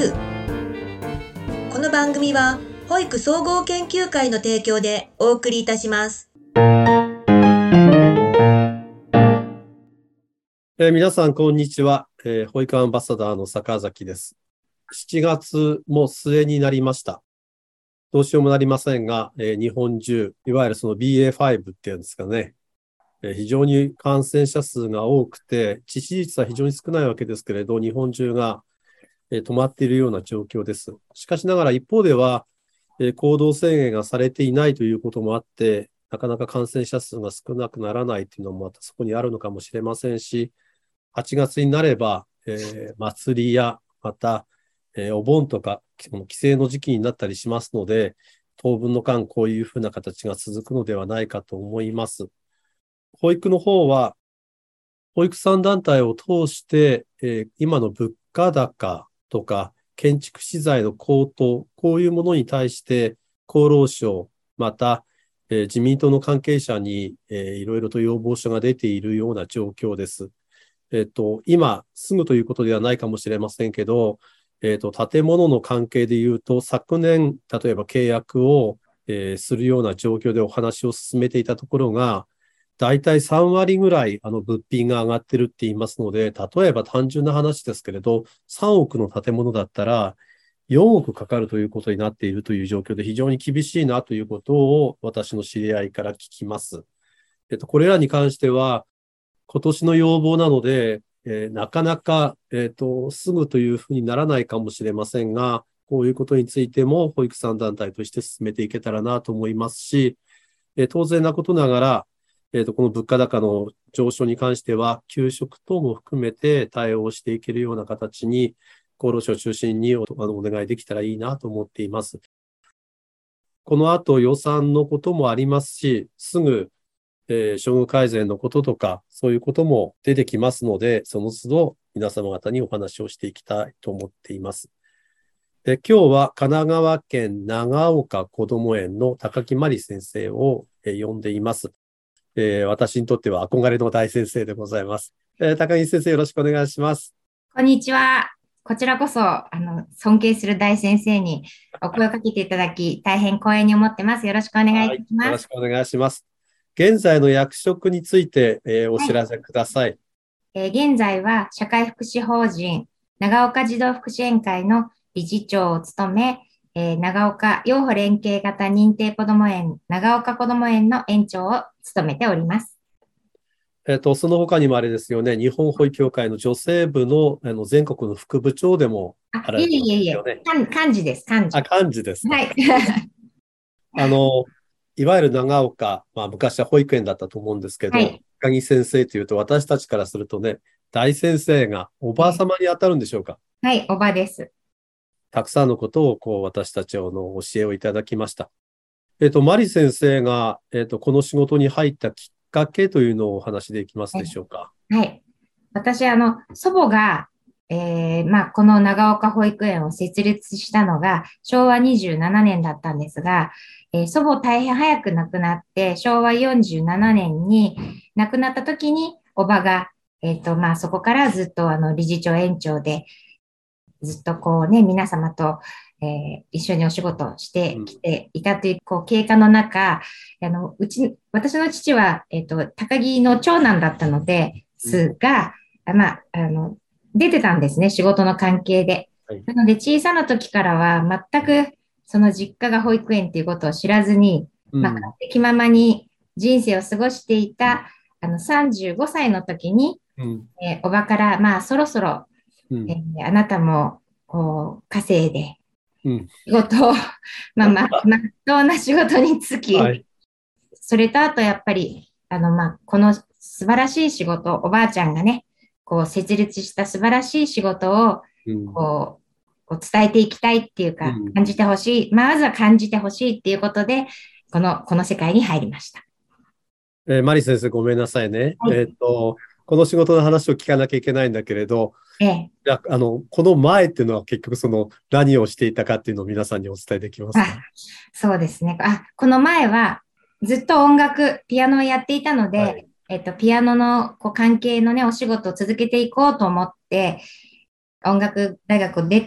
9。この番組は保育総合研究会の提供でお送りいたします。 皆さん、こんにちは。保育アンバサダーの坂崎です。7月も末になりました。どうしようもなりませんが、日本中、いわゆるその BA.5 っていうんですかね、非常に感染者数が多くて、致死率は非常に少ないわけですけれど、日本中が、止まっているような状況です。しかしながら一方では、行動制限がされていないということもあって、なかなか感染者数が少なくならないというのもまたそこにあるのかもしれませんし、8月になれば、祭りや、また、お盆とか、帰省の時期になったりしますので、当分の間、こういうふうな形が続くのではないかと思います。保育の方は、保育産団体を通して、今の物価高とか、建築資材の高騰、こういうものに対して、厚労省、また、自民党の関係者に、いろいろと要望書が出ているような状況です。今すぐということではないかもしれませんけど、建物の関係で言うと、昨年、例えば契約を、するような状況でお話を進めていたところが、だいたい3割ぐらい物品が上がってるって言いますので、例えば単純な話ですけれど、3億の建物だったら、4億かかるということになっているという状況で非常に厳しいなということを私の知り合いから聞きます。これらに関しては、今年の要望なので、なかなか、すぐというふうにならないかもしれませんが、こういうことについても保育産団体として進めていけたらなと思いますし、当然なことながら、この物価高の上昇に関しては、給食等も含めて対応していけるような形に、厚労省を中心にお願いできたらいいなと思っています。この後予算のこともありますし、すぐ処遇改善のこととか、そういうことも出てきますので、その都度皆様方にお話をしていきたいと思っています。で、今日は神奈川県長岡こども園の高木真理先生を呼んでいます。私にとっては憧れの大先生でございます。高木先生、よろしくお願いします。 こんにちは。こちらこそ、尊敬する大先生にお声をかけていただき、大変光栄に思ってます。よろしくお願いいたします。 よろしくお願いします。現在の役職について、お知らせください。 現在は社会福祉法人長岡児童福祉園会の理事長を務め、長岡養護連携型認定こども園長岡こども園の園長を務めております。 その他にもあれですよね、日本保育協会の女性部の、全国の副部長でもあられてますよね。 幹事です、幹事。 幹事ですか。 はい。 いわゆる長岡、昔は保育園だったと思うんですけど、高木先生というと私たちからするとね、大先生がおばあ様に当たるんでしょうか。 はい、おばです。 たくさんのことを私たちの教えをいただきました。マリ先生が、この仕事に入ったきっかけというのをお話できますでしょうか。 はい。私、祖母が、この長岡保育園を設立したのが昭和27年だったんですが、祖母大変早く亡くなって、昭和47年に亡くなった時に、おばが、そこからずっと理事長園長で、ずっと皆様と、一緒にお仕事をしてきていたという、経過の中、私の父は、高木の長男だったのですが、出てたんですね、仕事の関係で。なので、小さな時からは全くその実家が保育園ということを知らずに、勝手気ままに人生を過ごしていた、35歳の時に、おばから、そろそろ、あなたも、稼いで、仕事を、まっとうな仕事に就き、それとあとやっぱり、この素晴らしい仕事、おばあちゃんがね、設立した素晴らしい仕事を、伝えていきたいっていうか、感じてほしい。まずは感じてほしいっていうことで、この世界に入りました。 マリ先生、ごめんなさいね。この仕事の話を聞かなきゃいけないんだけれど、この前っていうのは結局何をしていたかっていうのを皆さんにお伝えできますか？ そうですね。この前はずっとピアノをやっていたので、ピアノの関係のね、お仕事を続けていこうと思って、音楽大学を出た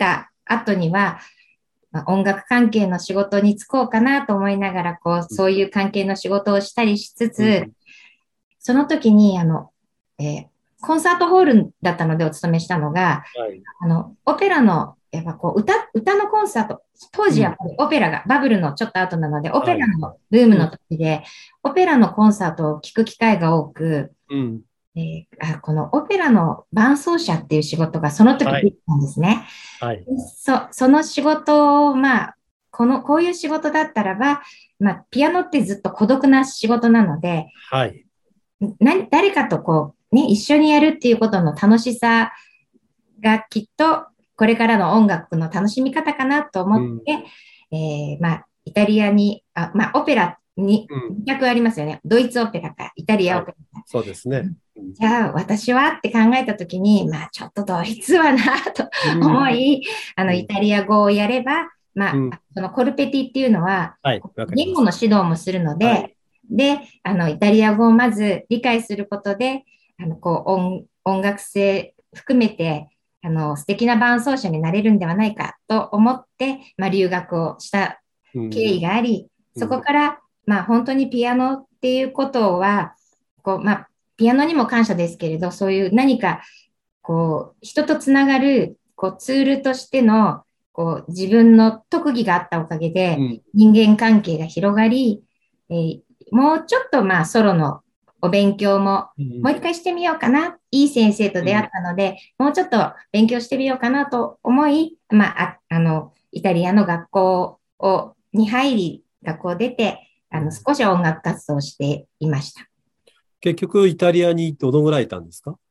後には、音楽関係の仕事に就こうかなと思いながら、そういう関係の仕事をしたりしつつ、その時に、コンサートホールだったのでお勤めしたのが、オペラの、やっぱ歌のコンサート、当時やっぱりオペラが、バブルのちょっと後なので、オペラのブームの時で、オペラのコンサートを聞く機会が多く、このオペラの伴奏者っていう仕事がその時できたんですね。その仕事を、こういう仕事だったらば、ピアノってずっと孤独な仕事なので、誰かと一緒にやるっていうことの楽しさがきっとこれからの音楽の楽しみ方かなと思って、イタリアに、オペラに2択ありますよね。ドイツオペラか、イタリアオペラか。 そうですね。 じゃあ、私はって考えたときに、ちょっとドイツはなと思い、イタリア語をやれば、そのコルペティっていうのは、言語の指導もするので、イタリア語をまず理解することで、音楽性含めて、素敵な伴奏者になれるんではないかと思って、留学をした経緯があり、そこから、本当にピアノっていうことは、ピアノにも感謝ですけれど、そういう何か、人とつながる、ツールとしての、自分の特技があったおかげで、人間関係が広がり、もうちょっとソロのお勉強も、もう一回してみようかな。いい先生と出会ったので、もうちょっと勉強してみようかなと思い、イタリアの学校に入り、学校出て、少し音楽活動をしていました。 結局、イタリアにどのぐらいいたんですか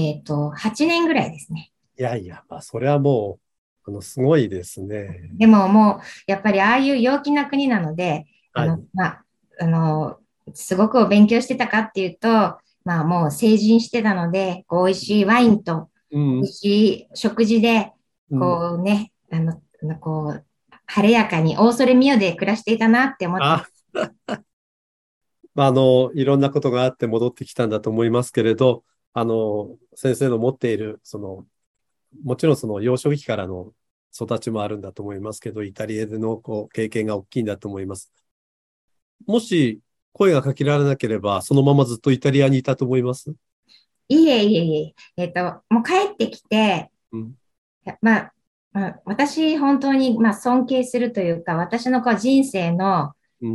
？8年ぐらいですね。 いやいや、それはもう、すごいですね。 でももう、やっぱりああいう陽気な国なので、すごくお勉強してたかっていうと、もう成人してたので、美味しいワインと、美味しい食事で、晴れやかに、オーソレミオで暮らしていたなって思ってます。 いろんなことがあって戻ってきたんだと思いますけれど、先生の持っている、もちろん幼少期からの育ちもあるんだと思いますけど、イタリアでの経験が大きいんだと思います。もし声がかけられなければ、そのままずっとイタリアにいたと思います？ いえ。もう帰ってきて、私本当に尊敬するというか、私の人生の、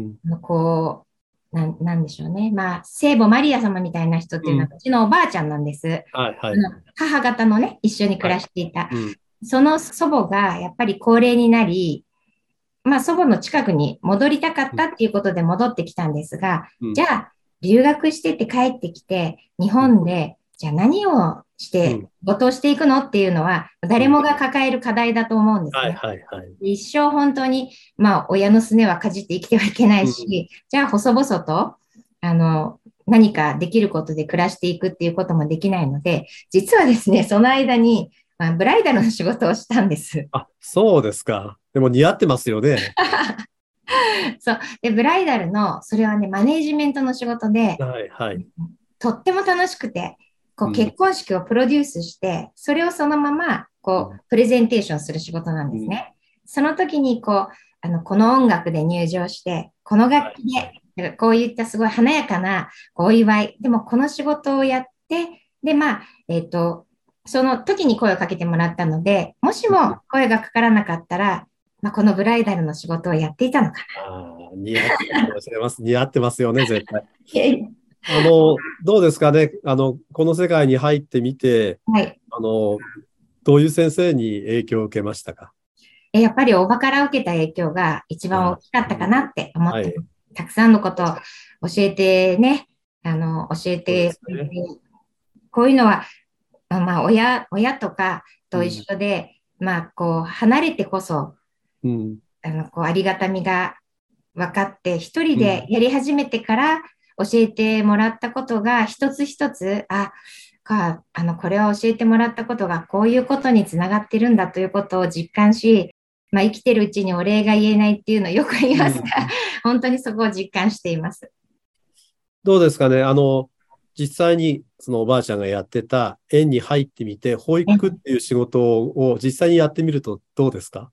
なんでしょうね。聖母マリア様みたいな人っていうのは、うちのおばあちゃんなんです。母方のね、一緒に暮らしていた。その祖母がやっぱり高齢になり、祖母の近くに戻りたかったっていうことで戻ってきたんですが、じゃあ、留学してって帰ってきて、日本で、じゃあ何をして没頭していくのっていうのは、誰もが抱える課題だと思うんですね。一生本当に、親のすねはかじって生きてはいけないし、じゃあ細々と、何かできることで暮らしていくっていうこともできないので、実はですね、その間に、ブライダルの仕事をしたんです。 そうですか。でも似合ってますよね。 そう。で、ブライダルの、それはね、マネージメントの仕事で、とっても楽しくて、結婚式をプロデュースして、それをそのまま、プレゼンテーションする仕事なんですね。その時に、この音楽で入場して、この楽器で、こういったすごい華やかなお祝い、でもこの仕事をやって、で、その時に声をかけてもらったので、もしも声がかからなかったら、このブライダルの仕事をやっていたのかな。 似合ってるかもしれません。似合ってますよね、絶対。どうですかね。この世界に入ってみて、どういう先生に影響を受けましたか？ やっぱりおばから受けた影響が一番大きかったかなって思って、たくさんのことを教えてね、教えて、こういうのは、親とかと一緒で、離れてこそ、ありがたみが分かって、一人でやり始めてから教えてもらったことが一つ一つ、これは教えてもらったことがこういうことにつながってるんだということを実感し、生きてるうちにお礼が言えないっていうのをよく言いますが、本当にそこを実感しています。 どうですかね。 実際にそのおばあちゃんがやってた園に入ってみて、保育っていう仕事を実際にやってみるとどうですか？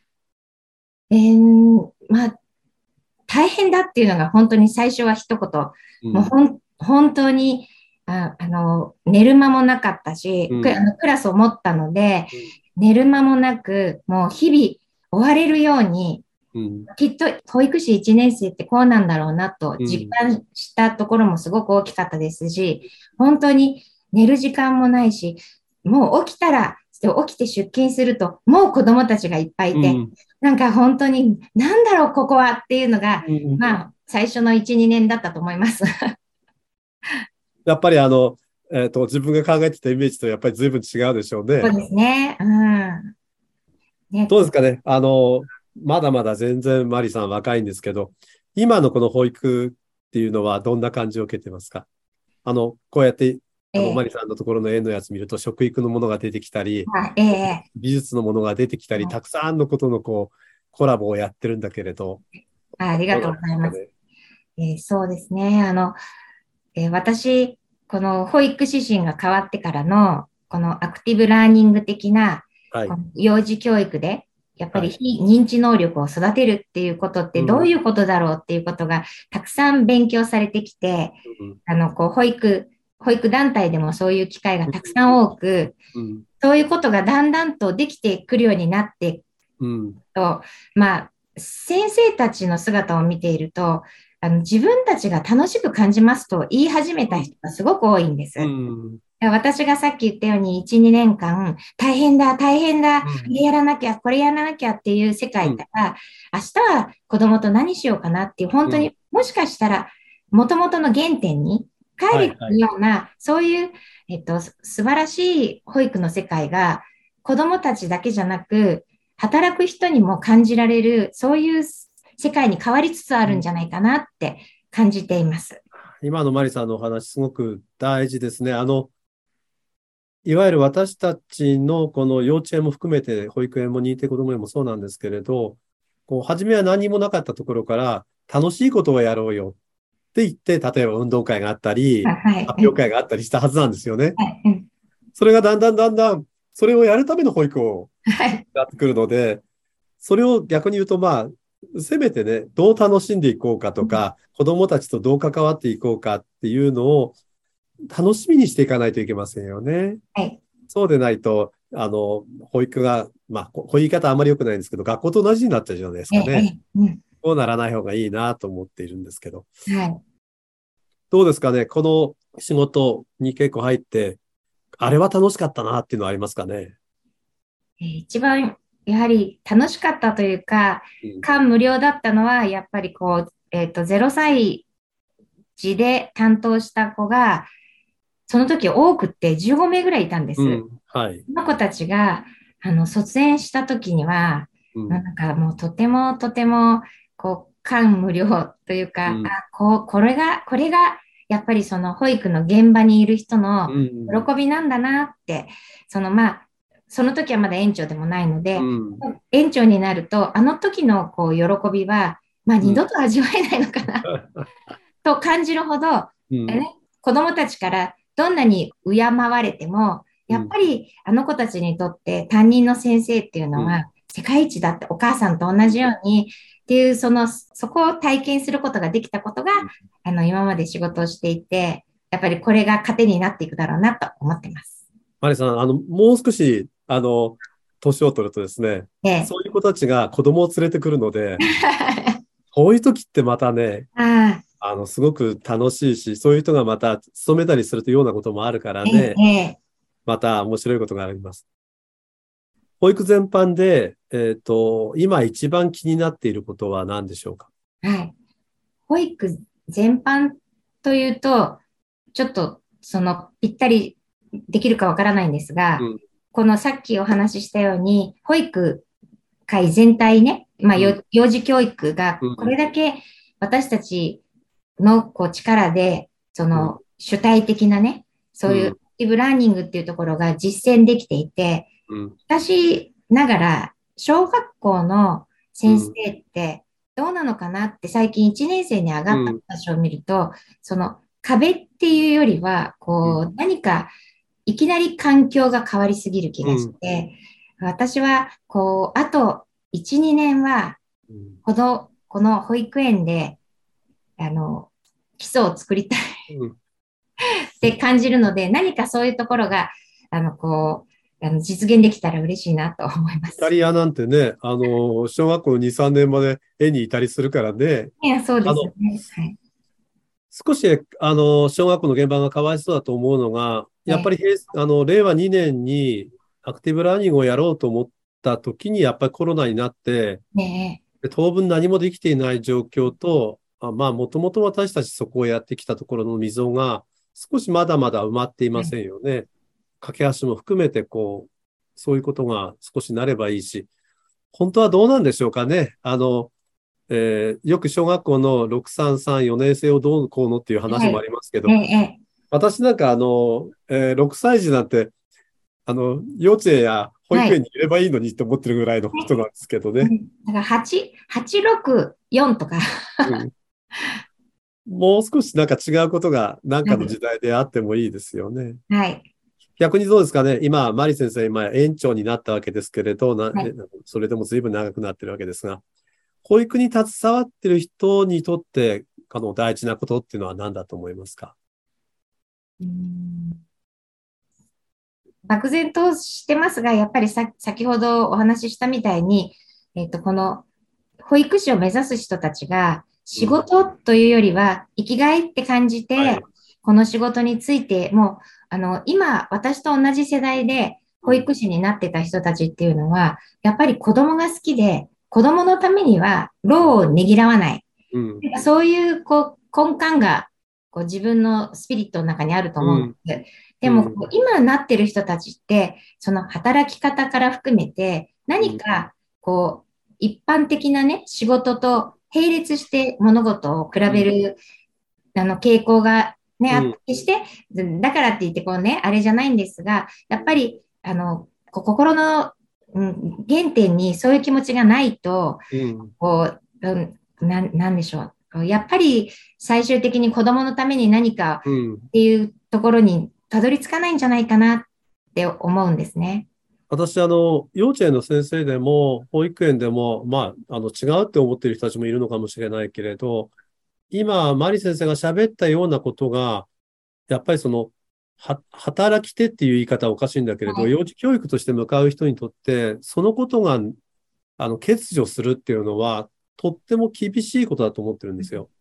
まあ、大変だっていうのが本当に最初は一言、もう本当に、寝る間もなかったし、クラスを持ったので、寝る間もなく、もう日々追われるように、きっと保育士1年生ってこうなんだろうなと実感したところもすごく大きかったですし、本当に寝る時間もないし、もう起きて出勤すると、もう子供たちがいっぱいいて、なんか本当に、なんだろう、ここはっていうのが、まあ、最初の1、2年だったと思います。 やっぱり自分が考えてたイメージとやっぱり随分違うでしょうね。 そうですね。ね、 どうですかね。まだまだ全然マリさん若いんですけど、今のこの保育っていうのはどんな感じを受けてますか？こうやって、マリさんのところの園のやつ見ると、食育のものが出てきたり、美術のものが出てきたり、たくさんのことのコラボをやってるんだけれど。 ありがとうございます。そうですね。私、この保育指針が変わってからの、このアクティブラーニング的な、この幼児教育で、やっぱり非認知能力を育てるっていうことってどういうことだろうっていうことがたくさん勉強されてきて、保育団体でもそういう機会がたくさん多く、そういうことがだんだんとできてくるようになってと、まあ、先生たちの姿を見ていると、自分たちが楽しく感じますと言い始めた人がすごく多いんです。私がさっき言ったように1、2年間、大変だ、大変だ、これやらなきゃ、これやらなきゃっていう世界から、明日は子供と何しようかなっていう、本当にもしかしたら、元々の原点に帰れるような、そういう、素晴らしい保育の世界が、子供たちだけじゃなく、働く人にも感じられる、そういう世界に変わりつつあるんじゃないかなって感じています。 今のマリさんのお話、すごく大事ですね。いわゆる私たちのこの幼稚園も含めて、保育園も認定こども園もそうなんですけれど、初めは何もなかったところから、楽しいことをやろうよって言って、例えば運動会があったり、発表会があったりしたはずなんですよね。それがだんだん、それをやるための保育をやってくるので、それを逆に言うと、せめてね、どう楽しんでいこうかとか、子供たちとどう関わっていこうかっていうのを楽しみにしていかないといけませんよね。そうでないと、保育が、こういう言い方あんまり良くないんですけど、学校と同じになっちゃうじゃないですかね。そうならない方がいいなと思っているんですけど。どうですかね、この仕事に結構入って、あれは楽しかったなっていうのはありますかね。 一番やはり楽しかったというか、感無量だったのは、やっぱり0歳児で担当した子が、その時多くって15名ぐらいいたんです。その子たちが、卒園した時には、なんかもうとても、感無量というか、これが、やっぱりその保育の現場にいる人の喜びなんだなって、その時はまだ園長でもないので、園長になると、あの時の喜びは、二度と味わえないのかな、と感じるほど、子供たちからどんなに敬われても、やっぱりあの子たちにとって担任の先生っていうのは世界一だって、お母さんと同じようにっていう、そこを体験することができたことが、今まで仕事をしていて、やっぱりこれが糧になっていくだろうなと思ってます。 マリさん、もう少し、年を取るとですね、そういう子たちが子供を連れてくるので、そういう時ってまたね、すごく楽しいし、そういう人がまた勤めたりするというようなこともあるからね、また面白いことがあります。保育全般で、今一番気になっていることは何でしょうか？ 保育全般というと、ちょっとぴったりできるかわからないんですが、このさっきお話ししたように、保育界全体ね、幼児教育がこれだけ私たちの力で、主体的なね、そういうアクティブラーニングっていうところが実践できていて、私ながら小学校の先生ってどうなのかなって最近1年生に上がった私を見ると、 壁っていうよりは、こう、何かいきなり環境が変わりすぎる気がして、私は、こう、あと1、2年は、この保育園で、基礎を作りたいって感じるので、何かそういうところが、こう、実現できたら嬉しいなと思います。 イタリアなんてね、小学校2、3年まで絵にいたりするからね。 いや、そうですよね。はい。 少し、小学校の現場がかわいそうだと思うのが、やっぱり令和2年にアクティブラーニングをやろうと思った時に、やっぱりコロナになって、 ね当分何もできていない状況と、まあ、もともと私たちそこをやってきたところの溝が、少しまだまだ埋まっていませんよね。架け橋も含めて、そういうことが少しなればいいし、本当はどうなんでしょうかね。よく小学校の633、4年生をどうこうのっていう話もありますけど、私なんか6歳児なんて、幼稚園や保育園にいればいいのにって思ってるぐらいの人なんですけどね。 だから864とかもう少しなんか違うことが何かの時代であってもいいですよね。 はい。 逆にどうですかね。今、マリ先生、今、園長になったわけですけれど、それでも随分長くなってるわけですが、保育に携わっている人にとって、大事なことっていうのは何だと思いますか？ 漠然としてますが、やっぱり先ほどお話ししたみたいに、この保育士を目指す人たちが、仕事というよりは、生きがいって感じて、この仕事について、もう、今、私と同じ世代で保育士になってた人たちっていうのは、やっぱり子供が好きで、子供のためには、労をねぎらわない。そういう、根幹が、自分のスピリットの中にあると思うんです。でも、今なってる人たちって、その働き方から含めて、何か、一般的なね、仕事と並列して物事を比べる、傾向がね、あってして、だからって言ってあれじゃないんですが、やっぱり、心の、原点にそういう気持ちがないと、なんでしょう。やっぱり最終的に子供のために何かっていうところにたどり着かないんじゃないかなって思うんですね。 私、幼稚園の先生でも、保育園でも、違うって思っている人たちもいるのかもしれないけれど、今、マリ先生が喋ったようなことが、やっぱり働き手っていう言い方はおかしいんだけれど、幼児教育として向かう人にとって、そのことが、欠如するっていうのは、とっても厳しいことだと思ってるんですよ。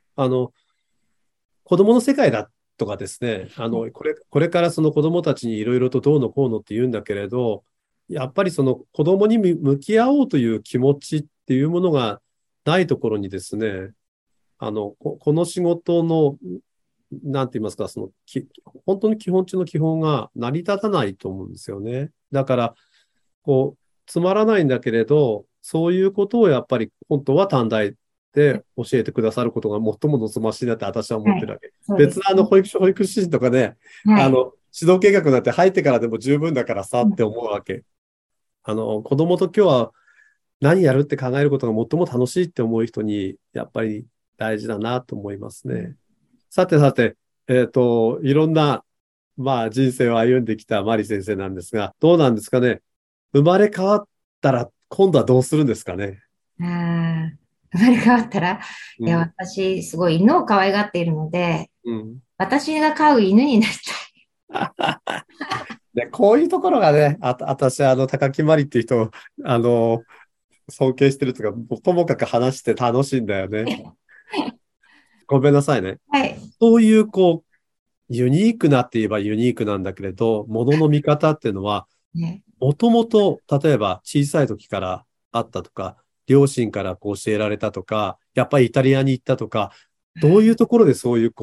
子供の世界だとかですね、これからその子供たちにいろいろとどうのこうのって言うんだけれど、やっぱりその子供に向き合おうという気持ちっていうものがないところにですね、この仕事の、なんて言いますか、本当に基本中の基本が成り立たないと思うんですよね。だから、つまらないんだけれど、そういうことをやっぱり本当は短大で教えてくださることが最も望ましいなって私は思ってるわけ。別な保育士とかね、指導計画なんて入ってからでも十分だからさって思うわけ。子供と今日は何やるって考えることが最も楽しいって思う人に、やっぱり大事だなと思いますね。さて、いろんな、人生を歩んできたマリ先生なんですが、どうなんですかね。生まれ変わったら、今度はどうするんですかね。 生まれ変わったら、いや、私、すごい犬を可愛がっているので、私が飼う犬になりたい。 でこういうところがね、私、高木まりっていう人を、尊敬してるとか、ともかく話して楽しいんだよね。ごめんなさいね。そういう、ユニークなって言えばユニークなんだけれど、ものの見方っていうのは、もともと、例えば小さい時からあったとか、両親から教えられたとか、やっぱりイタリアに行ったとか、どういうところでそういう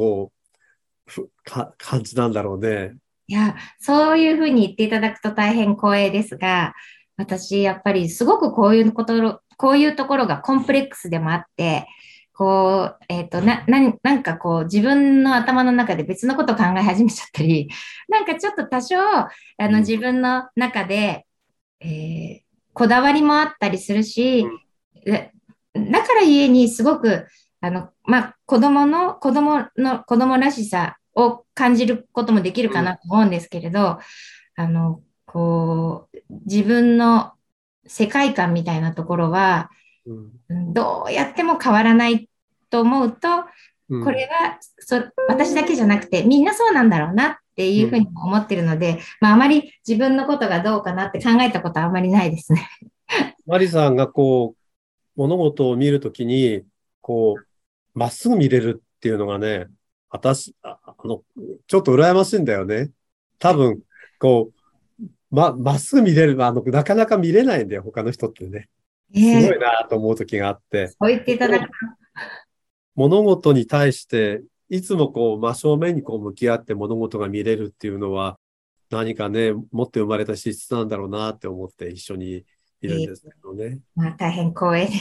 感じなんだろうね。 いや、そういうふうに言っていただくと大変光栄ですが、私、やっぱりすごくこういうところがコンプレックスでもあって、なんか自分の頭の中で別のことを考え始めちゃったり、なんかちょっと多少、自分の中で、こだわりもあったりするし、だからゆえにすごく、 子供らしさを感じることもできるかなと思うんですけれど、自分の世界観みたいなところは、どうやっても変わらないと思うと、これは私だけじゃなくてみんなそうなんだろうなっていうふうに思ってるので、あまり自分のことがどうかなって考えたことはあまりないですね。 マリさんが物事を見るときに、まっすぐ見れるっていうのがね、ちょっと羨ましいんだよね。多分、まっすぐ見れる、なかなか見れないんだよ、他の人ってね。すごいなと思うときがあって。 そう言っていただくと。 物事に対して、いつも真正面に向き合って物事が見れるっていうのは、何かね、持って生まれた資質なんだろうなって思って一緒にいるんですけどね。 大変光栄で。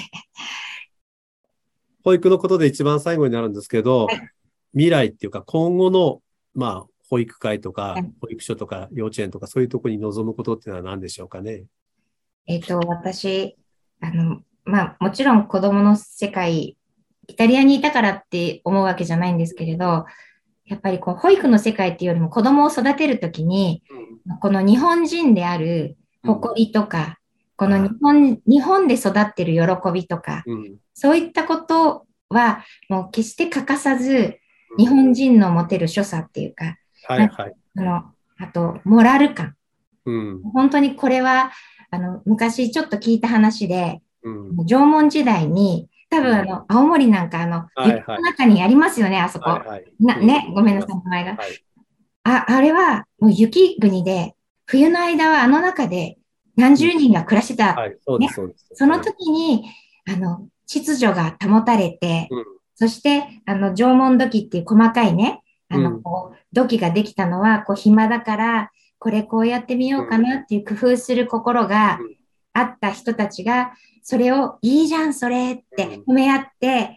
保育のことで一番最後になるんですけど、未来っていうか今後の、保育会とか、保育所とか幼稚園とかそういうところに望むことっていうのは何でしょうかね。 私、もちろん子供の世界、イタリアにいたからって思うわけじゃないんですけれど、やっぱり保育の世界っていうよりも子供を育てるときに、この日本人である誇りとか、この日本で育ってる喜びとか、そういったことはもう決して欠かさず、日本人の持てる所作っていうか、あと、モラル感。本当にこれは、昔ちょっと聞いた話で、縄文時代に、多分青森なんか雪の中にありますよね、あそこ。ごめんなさい、名前が。あれはもう雪国で、冬の間はあの中で何十人が暮らしてた。その時に、秩序が保たれて、そして、縄文土器っていう細かいね、土器ができたのは、暇だから、こうやってみようかなっていう工夫する心があった人たちが、それをいいじゃん、それって褒め合って、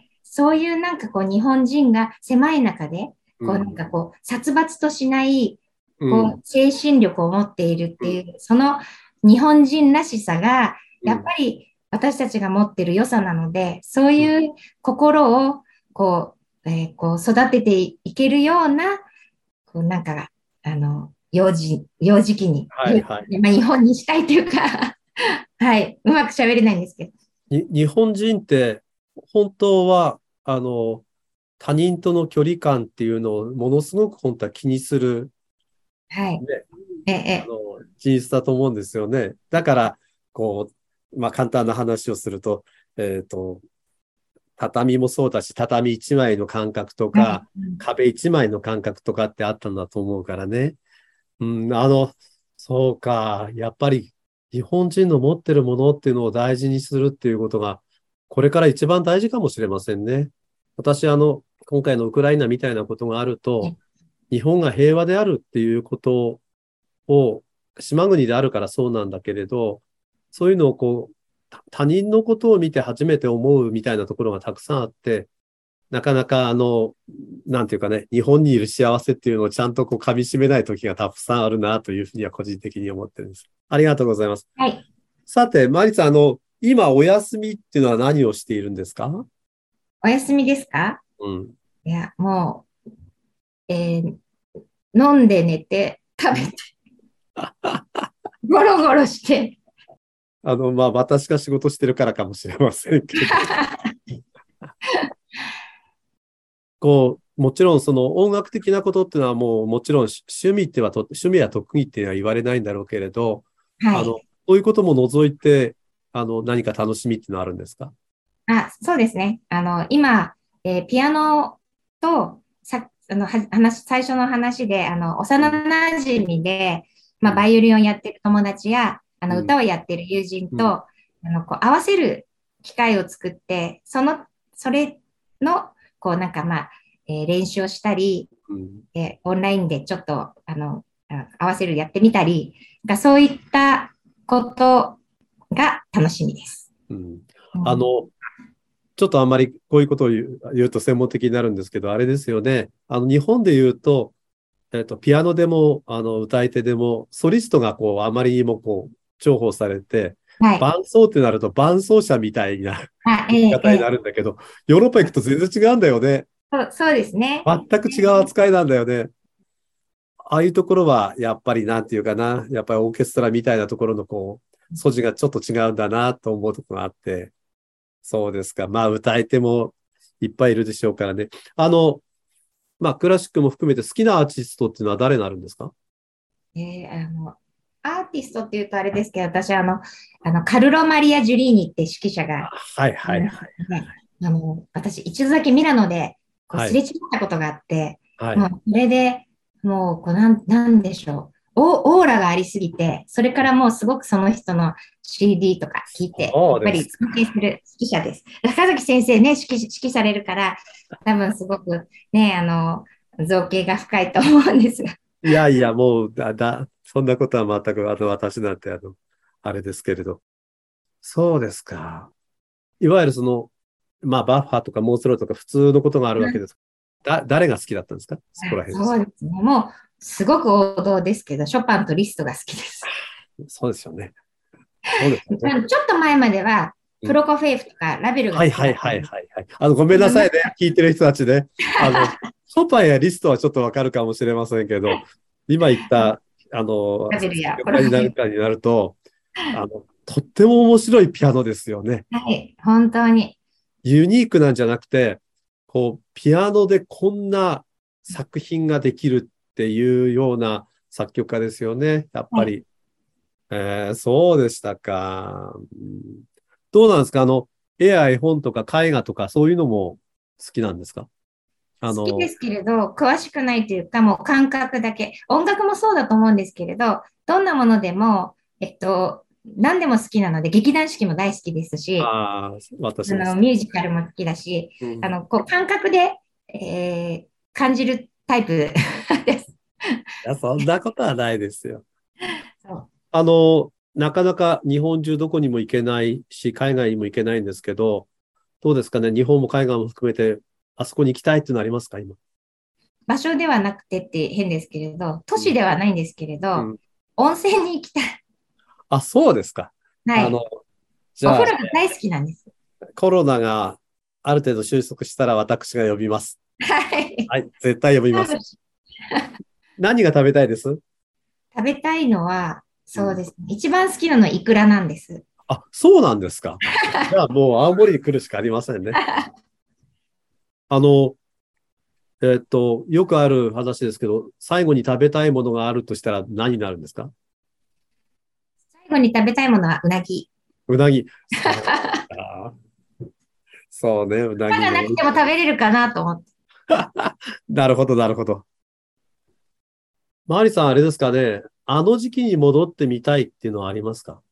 そういう日本人が狭い中で、殺伐としない、精神力を持っているっていう、その日本人らしさが、やっぱり私たちが持っている良さなので、そういう心を、育てていけるような、幼児期に、日本にしたいというか、はい、うまく喋れないんですけど。 日本人って、本当は、他人との距離感っていうのをものすごく本当は気にする、人質だと思うんですよね。だから、簡単な話をすると、畳もそうだし、畳一枚の感覚とか、壁一枚の感覚とかってあったんだと思うからね。そうか。やっぱり日本人の持ってるものっていうのを大事にするっていうことが、これから一番大事かもしれませんね。私、今回のウクライナみたいなことがあると、日本が平和であるっていうことを、島国であるからそうなんだけれど、そういうのを他人のことを見て初めて思うみたいなところがたくさんあって、なかなかなんていうかね、日本にいる幸せっていうのをちゃんと噛み締めない時がたくさんあるなというふうには個人的に思ってるんです。ありがとうございます。 はい。 さて、マリさん、今お休みっていうのは何をしているんですか？ お休みですか？いや、もう、飲んで寝て、食べて、ゴロゴロして。 私が仕事してるからかもしれませんけど。もちろんその音楽的なことっていうのはもちろん趣味や特技っていうのは言われないんだろうけれど、そういうことも除いて、何か楽しみっていうのはあるんですか？ そうですね。今、ピアノと、最初の話で、幼馴染で、バイオリンをやってる友達や、歌をやってる友人と、合わせる機会を作って、それの、練習をしたり、オンラインでちょっと、合わせるやってみたり、そういったことが楽しみです。 ちょっとあんまりこういうことを言うと専門的になるんですけど、あれですよね。日本で言うと、ピアノでも、歌い手でも、ソリストがあまりにも重宝されて、 はい。 伴走ってなると伴走者みたいなあ、 言い方になるんだけど、ヨーロッパ行くと全然違うんだよね。 そうですね。 全く違う扱いなんだよね。ああいうところは、やっぱりなんていうかな、やっぱりオーケストラみたいなところの素地がちょっと違うんだなと思うところがあって、そうですか。まあ、歌い手もいっぱいいるでしょうからね。まあ、クラシックも含めて好きなアーティストっていうのは誰になるんですか？ アーティストっていうとあれですけど、私カルロ・マリア・ジュリーニって指揮者がはいはいはい。 私、一度だけミラノで、すれ違ったことがあって、もう、それで、もう、なんでしょう。オーラがありすぎて、それからもうすごくその人の CD とか聞いて、やっぱり尊敬する指揮者です。中崎先生ね、指揮されるから、多分すごくね、造形が深いと思うんですが。 いやいや、もう、そんなことは全く、私なんて、あれですけれど。そうですか。いわゆるまあ、バッファーとかモーツァルトとか普通のことがあるわけです。誰が好きだったんですか？そこら辺。 そうですね。もう、すごく王道ですけど、ショパンとリストが好きです。 そうですよね。そうですよね。 ちょっと前までは、プロコフェーフとかラベルが好きだった。 はいはいはいはい。ごめんなさいね。聞いてる人たちね。ショパンやリストはちょっとわかるかもしれませんけど、今言った、 ラベルやになると、とっても面白いピアノですよね。 はい、本当に。 ユニークなんじゃなくて、ピアノでこんな作品ができるっていうような作曲家ですよね。やっぱり。そうでしたか。どうなんですか？絵や絵本とか絵画とかそういうのも好きなんですか？ 好きですけれど、詳しくないというか、もう感覚だけ。音楽もそうだと思うんですけれど、どんなものでも、何でも好きなので、劇団四季も大好きですし、 私もミュージカルも好きだし、感覚で、感じるタイプです。 いや、そんなことはないですよ。 そうなかなか日本中どこにも行けないし、海外にも行けないんですけど、どうですかね？日本も海外も含めて、あそこに行きたいっていうのありますか、今？ 場所ではなくてって変ですけれど、都市ではないんですけれど、温泉に行きたい。 あ、そうですか。 はい。 じゃあ、 お風呂が大好きなんです。 コロナがある程度収束したら私が呼びます。 はい。 はい、絶対呼びます。何が食べたいです？ 食べたいのは、そうですね。一番好きなのはイクラなんです。 あ、そうなんですか。じゃあもう青森に来るしかありませんね。よくある話ですけど、最後に食べたいものがあるとしたら何になるんですか？ 最後に食べたいものはうなぎ。 うなぎ。そうね、うなぎね。 歯がなくても食べれるかなと思って。 なるほど、なるほど。マリさん、あれですかね。あの時期に戻ってみたいっていうのはありますか？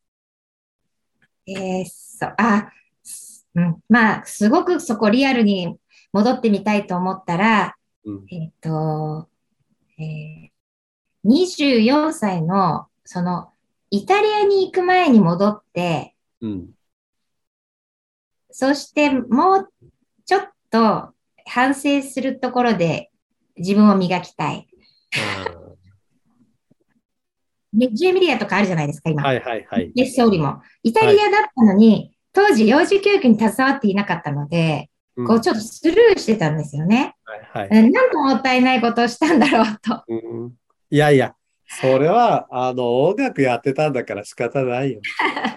まあ、すごくそこリアルに戻ってみたいと思ったら、24歳の、イタリアに行く前に戻って、そしてもうちょっと反省するところで自分を磨きたい。レッジエミリアとかあるじゃないですか、今。 はいはいはい。 総理も。イタリアだったのに、当時幼児教育に携わっていなかったので、ちょっとスルーしてたんですよね。なんともったいないことをしたんだろうと。 いやいや、それは、音楽やってたんだから仕方ないよ。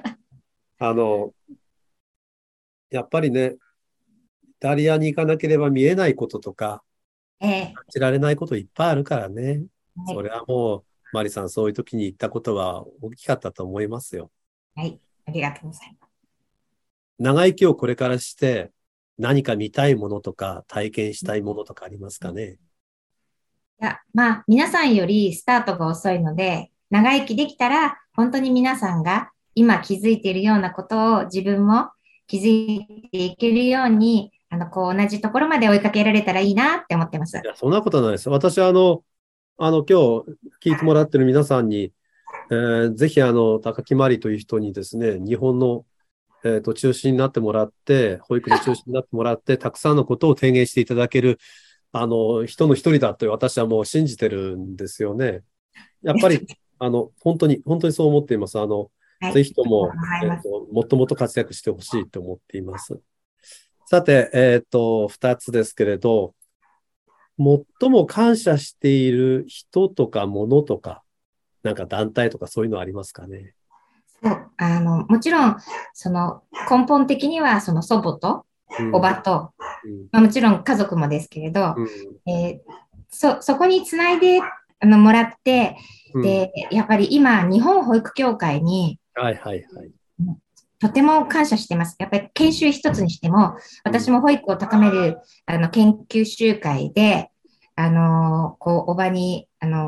やっぱりね、イタリアに行かなければ見えないこととか、感じられないこといっぱいあるからね。それはもう、マリさん、そういう時に行ったことは大きかったと思いますよ。 はい、ありがとうございます。 長生きをこれからして、何か見たいものとか、体験したいものとかありますかね？ いや、まあ、皆さんよりスタートが遅いので、長生きできたら、本当に皆さんが今気づいているようなことを自分も気づいていけるように、同じところまで追いかけられたらいいなって思ってます。いや、そんなことないです。私は今日聞いてもらってる皆さんに、ぜひ高木まりという人にですね、日本の、中心になってもらって、保育の中心になってもらって、たくさんのことを提言していただける、人の一人だと私はもう信じてるんですよね。やっぱり、本当にそう思っています。 はい。 ぜひとも、 ありがとうございます。 もっともっと活躍してほしいと思っています。さて、二つですけれど、最も感謝している人とか物とか、なんか団体とかそういうのありますかね。 そう、もちろん、その根本的には、その祖母と、 うん、 おばと、 うん、 まあ、もちろん家族もですけれど、 うん、 そこにつないでもらって、 うん。 で、やっぱり今、日本保育協会にはいはいはい。 とても感謝してます。やっぱり研修一つにしても、 うん、 私も保育を高める研究集会で、こう、おばに、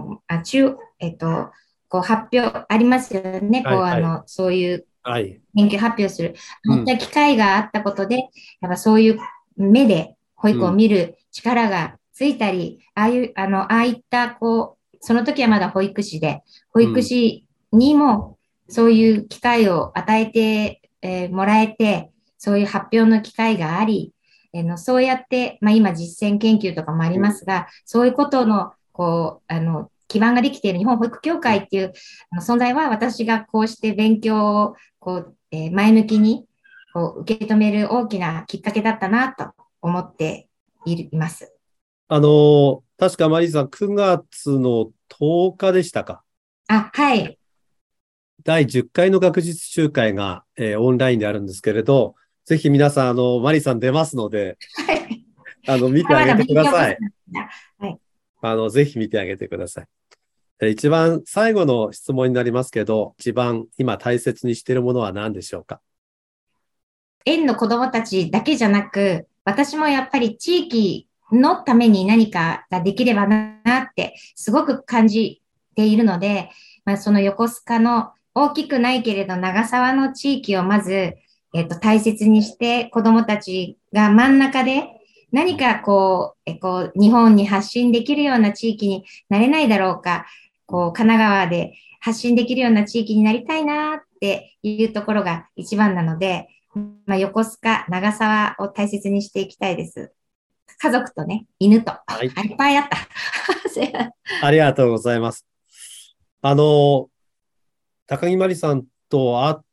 こう発表ありますよね。こう、 はいはい。 そういうはい。 研究発表する。ああいっうん、 た機会があったことで、やっぱそういう目で保育をうん、 見る力がついたり、ああいった、こう、その時はまだ保育士で、保うん、 育士にもそういう機会を与えて、もらえて、そういう発表の機会があり、そうやって、まあ今実践研究とかもありうん、 ますが、そういうことの、こう、基盤ができている日本保育協うん。 会っていう存在は私がこうして勉強をこう、前向きにこう受け止める大きなきっかけだったなと思っています。 確かマリーさん9月の10日でしたか。 あ、はい。 第10回の学術集会が、オンラインであるんですけれど、ぜひ皆さん、マリーさん出ますので、 はい。 見てあげてくまだ勉ださい。 強不足なんだ。はい。 ぜひ見てあげてください。一番最後の質問になりますけど、一番今大切にしているものは何でしょうか。 園の子供たちだけじゃなく、私もやっぱり地域のために何かができればなってすごく感じているので、まあ、その横須賀の大きくないけれど長沢の地域をまず、大切にして子供たちが真ん中で何かこう日本に発信できるような地域になれないだろうか、こう神奈川で発信できるような地域になりたいなっていうところが一番なので、まあ、横須賀、長沢を大切にしていきたいです。家族とね、犬と。 はい。 いっぱいあった。 ありがとうございます。あの、高木まりさんと会って、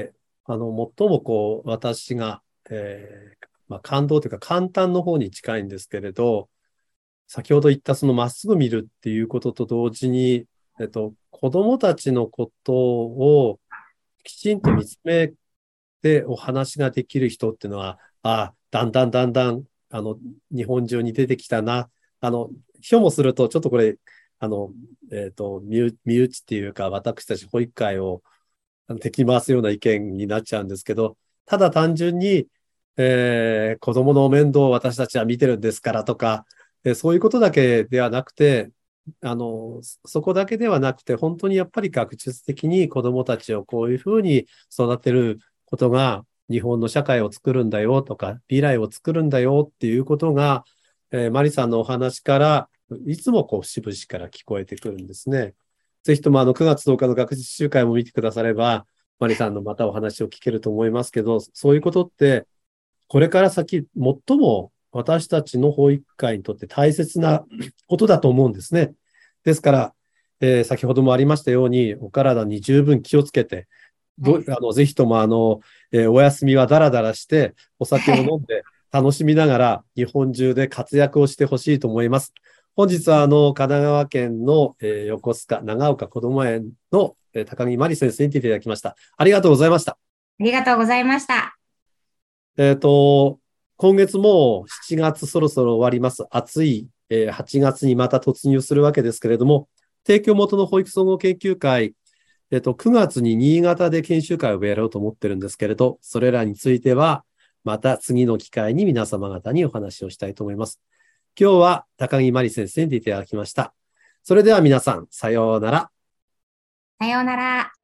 最も私が、まあ、感動というか簡単の方に近いんですけれど、先ほど言ったそのまっすぐ見るっていうことと同時に、子供たちのことをきちんと見つめてお話ができる人っていうのは、だんだんだんだん、日本中に出てきたな。ひょもすると、ちょっとこれ、あの、身内っていうか、私たち保育会を敵回すような意見になっちゃうんですけど、ただ単純に、子供の面倒を私たちは見てるんですからとか、そういうことだけではなくて、そこだけではなくて、本当にやっぱり学術的に子供たちをこういうふうに育てることが日本の社会を作るんだよとか、未来を作るんだよっていうことが、マリさんのお話から、いつも節々から聞こえてくるんですね。ぜひとも9月10日の学術集会も見てくだされば、マリさんのまたお話を聞けると思いますけど、そういうことって、これから先、最も私たちの保育会にとって大切なことだと思うんですね。ですから、先ほどもありましたように、お体に十分気をつけて、 はい。 ぜひともお休みはダラダラして、お酒を飲んで楽しみながら、日本中で活躍をしてほしいと思います。本日は神奈川県の、横須賀長岡こども園の、高木真理先生に来ていただきました。ありがとうございました。 ありがとうございました。 今月もう7月そろそろ終わります。暑い、8月にまた突入するわけですけれども、提供元の保育総合研究会、9月に新潟で研修会をやろうと思ってるんですけれど、それらについては、また次の機会に皆様方にお話をしたいと思います。今日は高木真理先生に出ていただきました。それでは皆さん、さようなら。 さようなら。